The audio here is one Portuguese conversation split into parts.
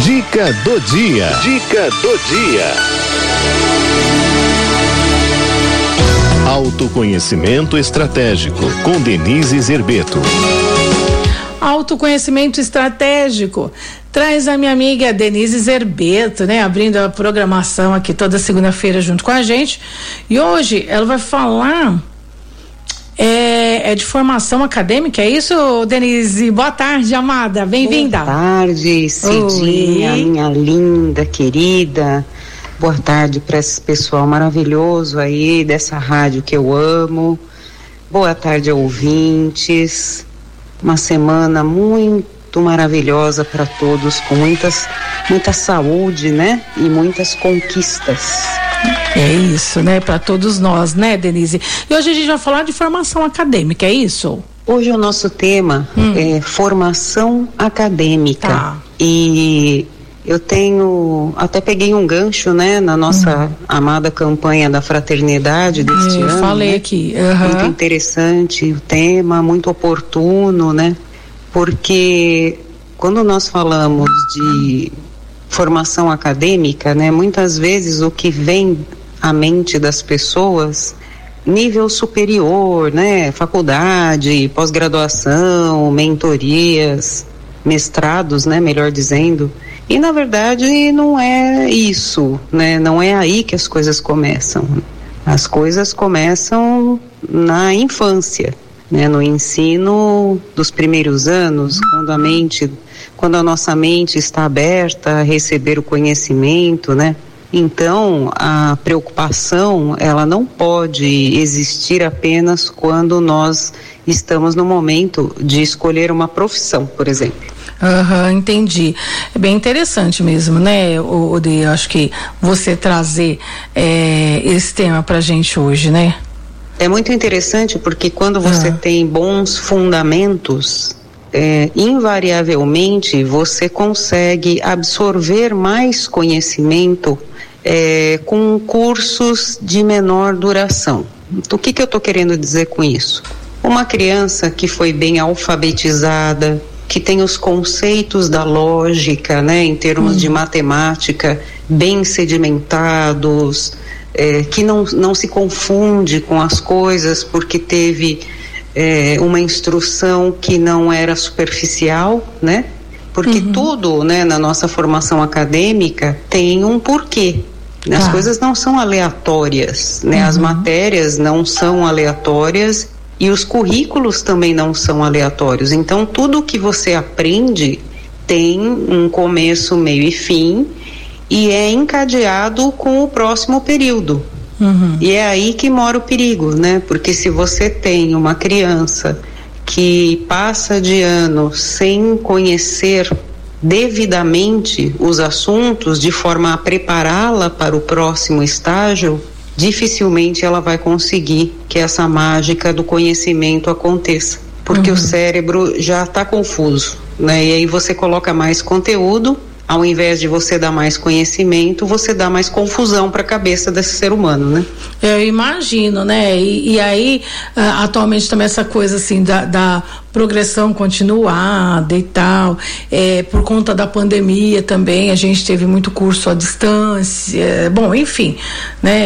Dica do dia. Dica do dia. Autoconhecimento estratégico com Denise Zerbeto. Autoconhecimento estratégico traz a minha amiga Denise Zerbeto, né? Abrindo a programação aqui toda segunda-feira junto com a gente. E hoje ela vai falar de formação acadêmica, é isso, Denise? Boa tarde, amada, bem-vinda. Boa tarde, Cidinha, minha linda, querida. Boa tarde para esse pessoal maravilhoso aí dessa rádio que eu amo. Boa tarde, ouvintes. Uma semana muito maravilhosa para todos, com muita saúde, né? E muitas conquistas. É isso, né? Para todos nós, né, Denise? E hoje a gente vai falar de formação acadêmica, é isso? Hoje o nosso tema é formação acadêmica. Tá. E eu até peguei um gancho, né, na nossa amada campanha da fraternidade deste ano. Eu falei, né? Aqui. Uhum. Muito interessante o tema, muito oportuno, né? Porque quando nós falamos de formação acadêmica, né, muitas vezes o que vem à mente das pessoas, nível superior, né, faculdade, pós-graduação, mentorias, mestrados, né, melhor dizendo. E na verdade não é isso, né? Não é aí que as coisas começam. As coisas começam na infância, né? No ensino dos primeiros anos, quando a nossa mente está aberta a receber o conhecimento, né? Então, a preocupação, ela não pode existir apenas quando nós estamos no momento de escolher uma profissão, por exemplo. Entendi. É bem interessante mesmo, né, Ode? Eu acho que você trazer esse tema pra gente hoje, né? É muito interessante porque quando você tem bons fundamentos, invariavelmente você consegue absorver mais conhecimento com cursos de menor duração. O que eu estou querendo dizer com isso? Uma criança que foi bem alfabetizada, que tem os conceitos da lógica, né, em termos de matemática, bem sedimentados, que não se confunde com as coisas porque teve uma instrução que não era superficial, né? Porque tudo, né, na nossa formação acadêmica tem um porquê. As coisas não são aleatórias, né? As matérias não são aleatórias e os currículos também não são aleatórios. Então, tudo que você aprende tem um começo, meio e fim e é encadeado com o próximo período. E é aí que mora o perigo, né? Porque se você tem uma criança que passa de ano sem conhecer devidamente os assuntos de forma a prepará-la para o próximo estágio, dificilmente ela vai conseguir que essa mágica do conhecimento aconteça, porque o cérebro já está confuso, né? E aí você coloca mais conteúdo, ao invés de você dar mais conhecimento, você dá mais confusão para a cabeça desse ser humano, né? Eu imagino, né? E aí, atualmente também essa coisa assim da progressão continuada e tal, por conta da pandemia também, a gente teve muito curso à distância, bom, enfim, né?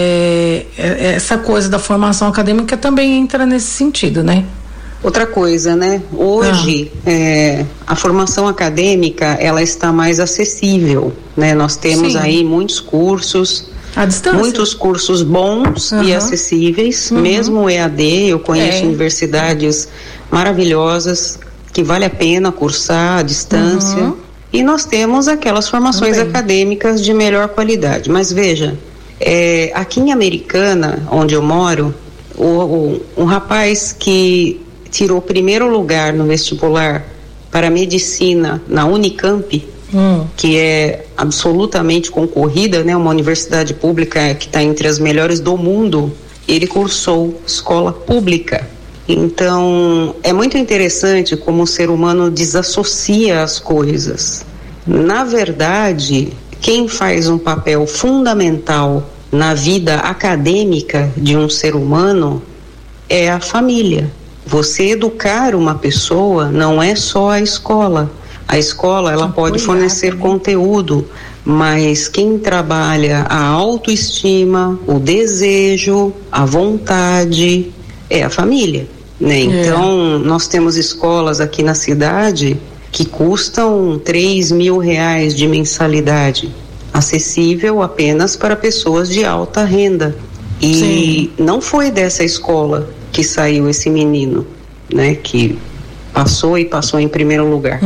Essa coisa da formação acadêmica também entra nesse sentido, né? Outra coisa, né? Hoje, a formação acadêmica, ela está mais acessível, né? Nós temos aí muitos cursos, à distância, muitos cursos bons e acessíveis, mesmo o EAD, eu conheço universidades maravilhosas que vale a pena cursar à distância, e nós temos aquelas formações acadêmicas de melhor qualidade. Mas veja, aqui em Americana, onde eu moro, um rapaz que tirou o primeiro lugar no vestibular para medicina na Unicamp, que é absolutamente concorrida, né? Uma universidade pública que está entre as melhores do mundo, ele cursou escola pública. Então, é muito interessante como o ser humano desassocia as coisas. Na verdade, quem faz um papel fundamental na vida acadêmica de um ser humano é a família. Você educar uma pessoa não é só a escola. A escola, ela pode fornecer conteúdo, mas quem trabalha a autoestima, o desejo, a vontade, é a família, né? Então, nós temos escolas aqui na cidade que custam R$3.000 de mensalidade, acessível apenas para pessoas de alta renda. E não foi dessa escola que saiu esse menino, né? Que passou em primeiro lugar.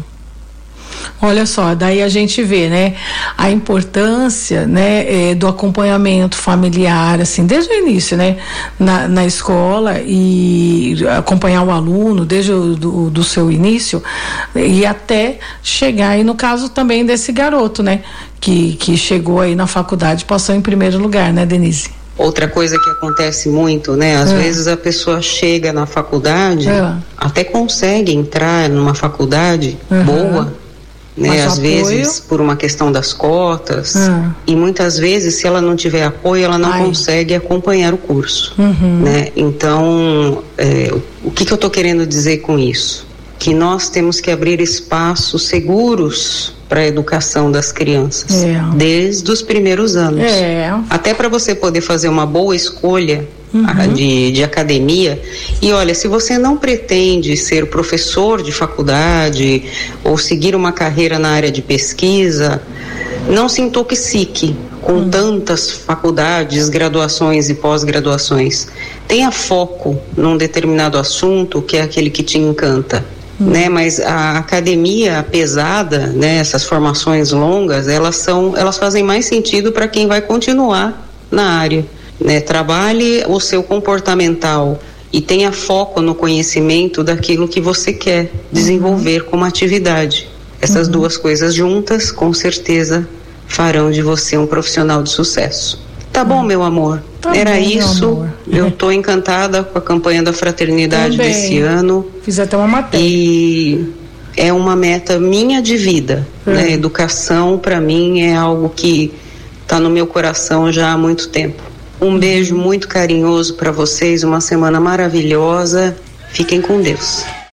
Olha só, daí a gente vê, né, a importância, né, do acompanhamento familiar, assim, desde o início, né, na escola, e acompanhar o aluno desde do seu início e até chegar aí no caso também desse garoto, né, que chegou aí na faculdade, passou em primeiro lugar, né, Denise? Outra coisa que acontece muito, né? Às vezes a pessoa chega na faculdade, até consegue entrar numa faculdade boa, né? Às vezes por uma questão das cotas, e muitas vezes, se ela não tiver apoio, ela não consegue acompanhar o curso, né? Então, o que eu estou querendo dizer com isso? Que nós temos que abrir espaços seguros para a educação das crianças, desde os primeiros anos. Até para você poder fazer uma boa escolha de academia. E olha, se você não pretende ser professor de faculdade ou seguir uma carreira na área de pesquisa, não se intoxique com tantas faculdades, graduações e pós-graduações. Tenha foco num determinado assunto que é aquele que te encanta. Né, mas a academia pesada, né, essas formações longas, elas fazem mais sentido para quem vai continuar na área, né? Trabalhe o seu comportamental e tenha foco no conhecimento daquilo que você quer desenvolver como atividade. Essas duas coisas juntas, com certeza, farão de você um profissional de sucesso. Tá bom, meu amor? Era bom, isso. Amor. Eu tô encantada com a campanha da fraternidade desse ano. Fiz até uma matéria. E é uma meta minha de vida, né? Educação, para mim, é algo que tá no meu coração já há muito tempo. Um beijo muito carinhoso para vocês, uma semana maravilhosa. Fiquem com Deus.